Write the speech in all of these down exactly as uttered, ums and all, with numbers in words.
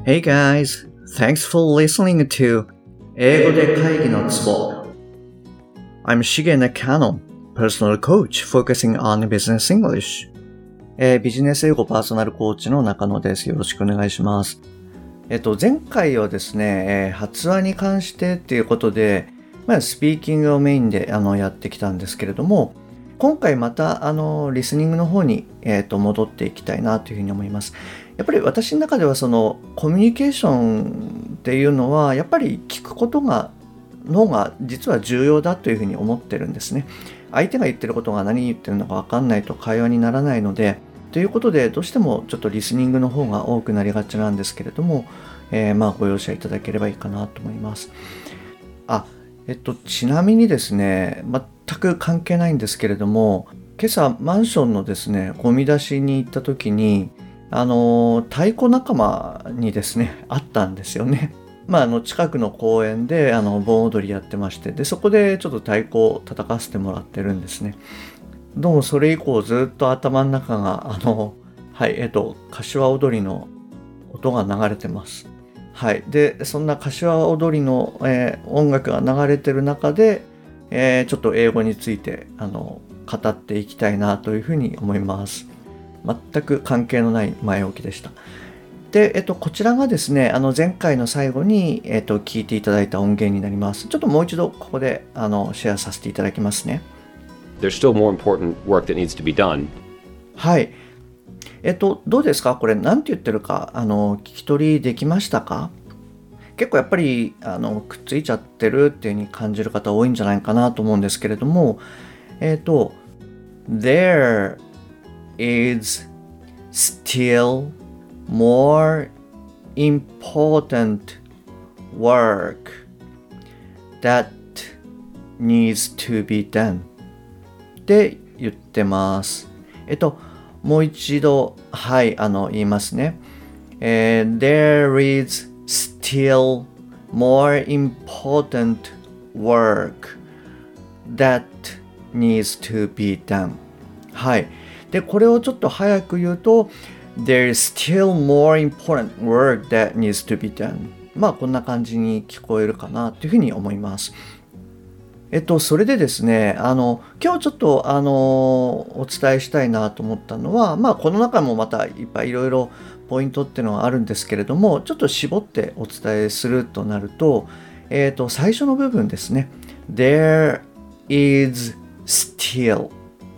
Hey guys, thanks for listening to 英語で会議のツボ I'm Shige Nakano, personal coach focusing on business English、えー、ビジネス英語パーソナルコーチの中野です。よろしくお願いします。えっと、前回はですね、えー、発話に関してっていうことで、まあ、スピーキングをメインであのやってきたんですけれども、今回またあのリスニングの方に、えー、と戻っていきたいなというふうに思います。やっぱり私の中ではそのコミュニケーションっていうのはやっぱり聞くことがの方が実は重要だというふうに思ってるんですね。相手が言ってることが何言ってるのか分かんないと会話にならないので、ということでどうしてもちょっとリスニングの方が多くなりがちなんですけれども、えー、まあご容赦いただければいいかなと思います。あ、えっとちなみにですね、全く関係ないんですけれども、今朝マンションのですねゴミ出しに行った時にあの太鼓仲間にですね会ったんですよね。まああの近くの公園であの盆踊りやってまして、でそこでちょっと太鼓を叩かせてもらってるんですね。どうもそれ以降ずっと頭の中があのはいえっと柏踊りの音が流れてます。はい、でそんな柏踊りの、えー、音楽が流れてる中で、えー、ちょっと英語についてあの語っていきたいなというふうに思います。全く関係のない前置きでした。で、えっと、こちらがですね、あの前回の最後に、えっと、聞いていただいた音源になります。ちょっともう一度ここであのシェアさせていただきますね。 There's still more important work that needs to be done. はい。えっと、どうですかこれ、何て言ってるか、あの、聞き取りできましたか？結構やっぱり、あの、くっついちゃってるっていう風に感じる方多いんじゃないかなと思うんですけれども、えっと、There is still more important work that needs to be done って言ってます。えっと、もう一度、はい、あの、言いますね。えー、There is still more important work that needs to be done はい。で、これをちょっと早く言うと There is still more important work that needs to be done まあこんな感じに聞こえるかなというふうに思います。えっと、それでですね、あの、今日ちょっと、あの、お伝えしたいなと思ったのは、まあ、この中もまたいっぱいいろいろポイントっていうのがあるんですけれども、ちょっと絞ってお伝えするとなると、えっと、最初の部分ですね。There is still.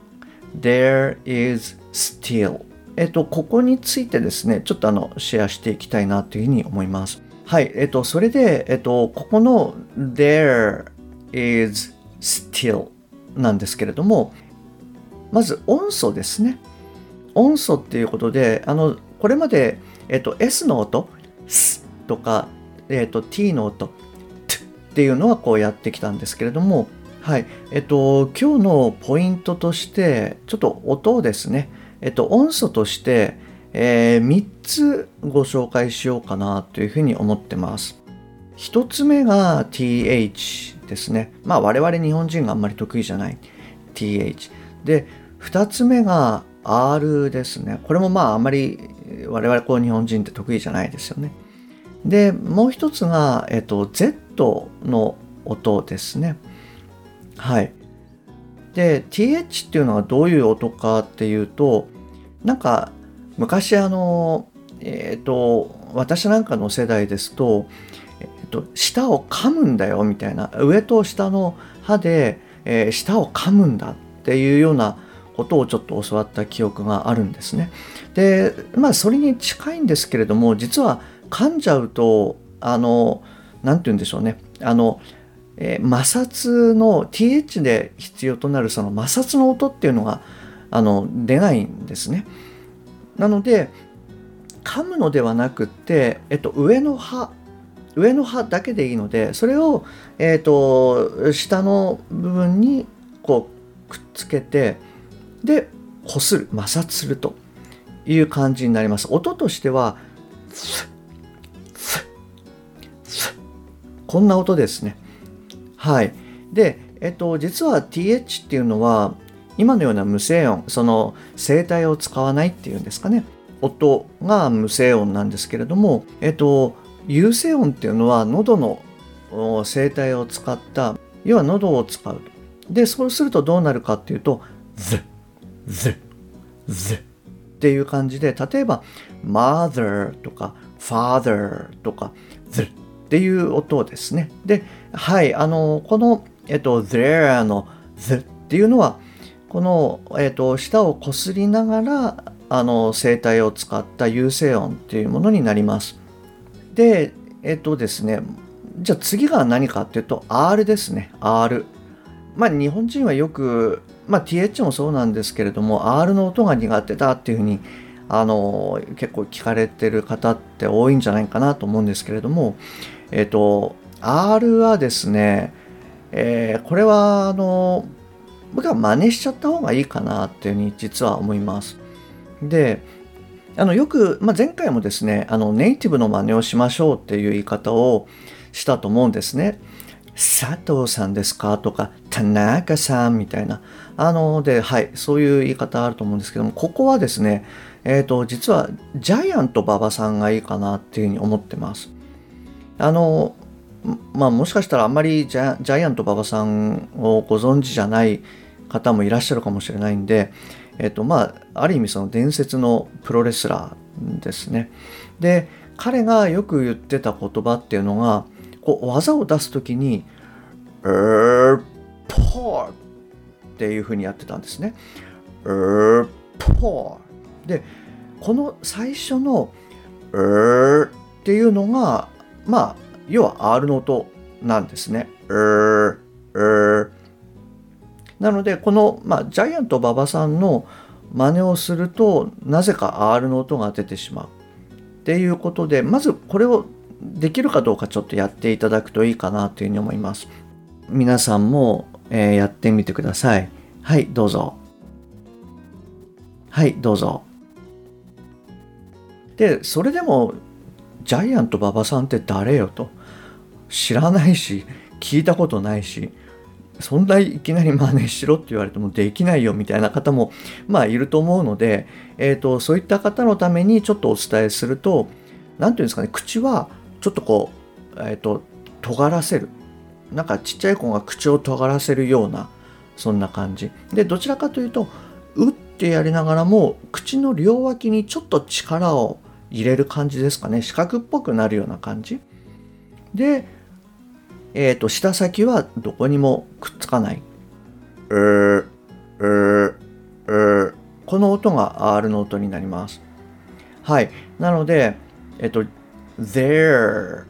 There is still. えっと、ここについてですね、ちょっとあの、シェアしていきたいなというふうに思います。はい。えっと、それで、えっと、ここの there is still なんですけれども、まず音素ですね。音素っていうことで、あのこれまで、えっと、S の音 S とか、えっと、T の音 T っていうのはこうやってきたんですけれども、はい、えっと今日のポイントとしてちょっと音をですね、えっと、音素として、えー、みっつご紹介しようかなというふうに思ってます。ひとつめが ティーエイチ ですね。まあ我々日本人があんまり得意じゃない ティーエイチ。で、ふたつめが アール ですね。これもまああんまり我々こう日本人って得意じゃないですよね。で、もう一つが、えっと、Z の音ですね。はい。で、ティーエイチ っていうのはどういう音かっていうと、なんか昔あの、えっと、私なんかの世代ですと、舌を噛むんだよみたいな、上と下の歯で、えー、舌を噛むんだっていうようなことをちょっと教わった記憶があるんですね。で、まあそれに近いんですけれども、実は噛んじゃうとあのなんて言うんでしょうね、あの、えー、摩擦の ティーエイチ で必要となるその摩擦の音っていうのがあの出ないんですね。なので噛むのではなくって、えっと、上の歯上の歯だけでいいので、それを、えーと、下の部分にこうくっつけて、でこする、摩擦するという感じになります。音としてはこんな音ですね。はい。で、えっと、実は ティーエイチ っていうのは今のような無声音、その声帯を使わないっていうんですかね。 音が無声音なんですけれども、えっと、有声音っていうのは喉の声帯を使った、要は喉を使う。で、そうするとどうなるかっていうと、ズ、ズ、ズっていう感じで、例えば、mother とか father とか、ズっていう音ですね。で、はい、あの、この、えっと、there のズっていうのは、この、えっと、舌をこすりながら、あの、声帯を使った有声音っていうものになります。で、えっとですね、じゃあ次が何かっていうと、R ですね、R。まあ、日本人はよく、まあ、ティーエイチ もそうなんですけれども、R の音が苦手だっていうふうに、あの、結構聞かれてる方って多いんじゃないかなと思うんですけれども、えっと、R はですね、えーこれは、あの、僕は真似しちゃった方がいいかなっていうふうに実は思います。で、あのよく、まあ、前回もですね、あのネイティブの真似をしましょうっていう言い方をしたと思うんですね。佐藤さんですかとか、田中さんみたいな。あの、で、はい、そういう言い方あると思うんですけども、ここはですね、えっと、実はジャイアント馬場さんがいいかなっていうふうに思ってます。あの、まあ、もしかしたらあんまりジャジャイアント馬場さんをご存知じゃない方もいらっしゃるかもしれないんで、えっと、まあ、ある意味その伝説のプロレスラーですね。で、彼がよく言ってた言葉っていうのが、こう技を出すときに、エーポーっていう風にやってたんですね。エーポーで、この最初のエーっていうのが、まあ、要は R の音なんですね。エー、エー。なので、この、まあ、ジャイアント馬場さんの真似をすると、なぜか R の音が出てしまう。っていうことで、まずこれをできるかどうかちょっとやっていただくといいかなというふうに思います。皆さんも、えーやってみてください。はい、どうぞ。はい、どうぞ。で、それでも、ジャイアント馬場さんって誰よと。知らないし、聞いたことないし、そんないきなり真似しろって言われてもできないよみたいな方も、まあいると思うので、えーと、そういった方のためにちょっとお伝えすると、なんていうんですかね、口はちょっとこう、えーと、尖らせる。なんかちっちゃい子が口を尖らせるような、そんな感じ。で、どちらかというと、うってやりながらも、口の両脇にちょっと力を入れる感じですかね。四角っぽくなるような感じ。で、えっと、舌先はどこにもくっつかない。えー、えー、えー、この音が R の音になります。はい。なので、えっと、there,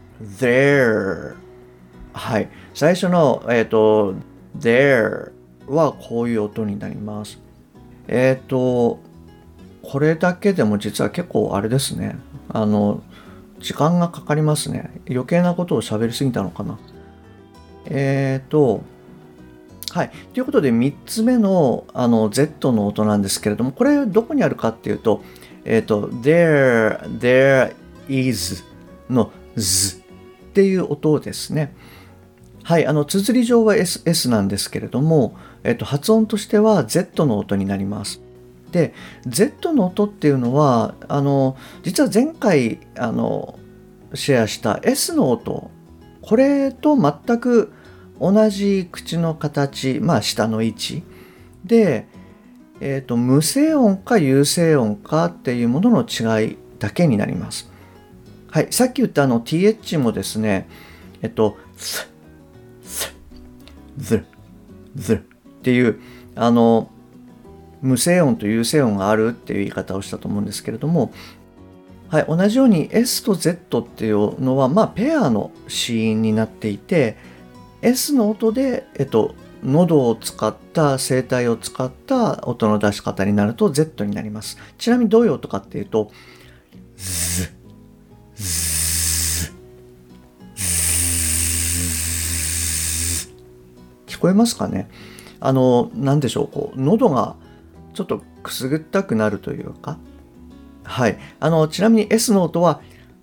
there。はい。最初の、えっと、there はこういう音になります。えっと、これだけでも実は結構あれですね。あの、時間がかかりますね。余計なことを喋りすぎたのかな。えっと、はい。ということで、みっつめのあの Z の音なんですけれども、これどこにあるかっていうと、えっと、there, there is の z っていう音ですね。はい。あの、綴り上は S, S なんですけれども、えっと、発音としては Z の音になります。で、Z の音っていうのは、あの、実は前回、あの、シェアした S の音、これと全く同じ口の形、まあ下の位置で、えっと、無声音か有声音かっていうものの違いだけになります。はい、さっき言ったあの ティーエイチ もですね、えっと、ス、ス、ズ、ズっていう、あの、無声音と有声音があるっていう言い方をしたと思うんですけれども、はい、同じように S と Z っていうのは、まあ、ペアの子音になっていて、S の音で、えっと、喉を使った声帯を使った音の出し方になると Z になります。ちなみにどういう音かっていうと、ズ、ズ、ズ、聞こえますかね。あの、なんでしょう、こう、喉がちょっとくすぐったくなるというか、はい。あの、ちなみに S の音は、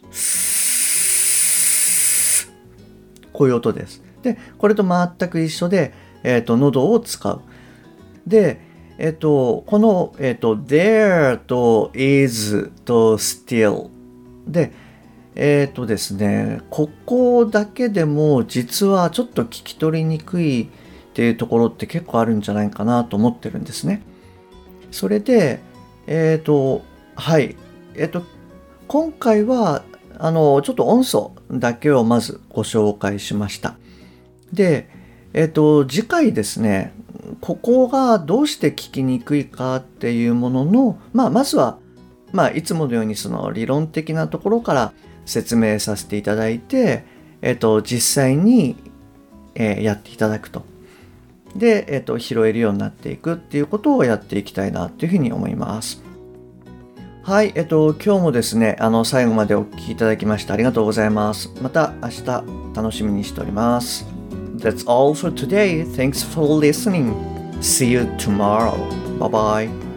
こういう音です。で、これと全く一緒で、えっと、喉を使う。で、 えっと、この、えっと、there と is と still で、えっとですね、ここだけでも実はちょっと聞き取りにくいっていうところって結構あるんじゃないかなと思ってるんですね。それで、えっと、はい。えっと、今回は、あの、ちょっと音素だけをまずご紹介しました。で、えっと、次回ですね、ここがどうして聞きにくいかっていうものの、まあ、まずは、まあ、いつものようにその理論的なところから説明させていただいて、えっと、実際に、えーやっていただくと。で、えっと、拾えるようになっていくっていうことをやっていきたいなというふうに思います。はい、えっと、今日もですね、あの、最後までお聞きいただきましてありがとうございます。また明日楽しみにしております。That's all for today. Thanks for listening. See you tomorrow. Bye bye.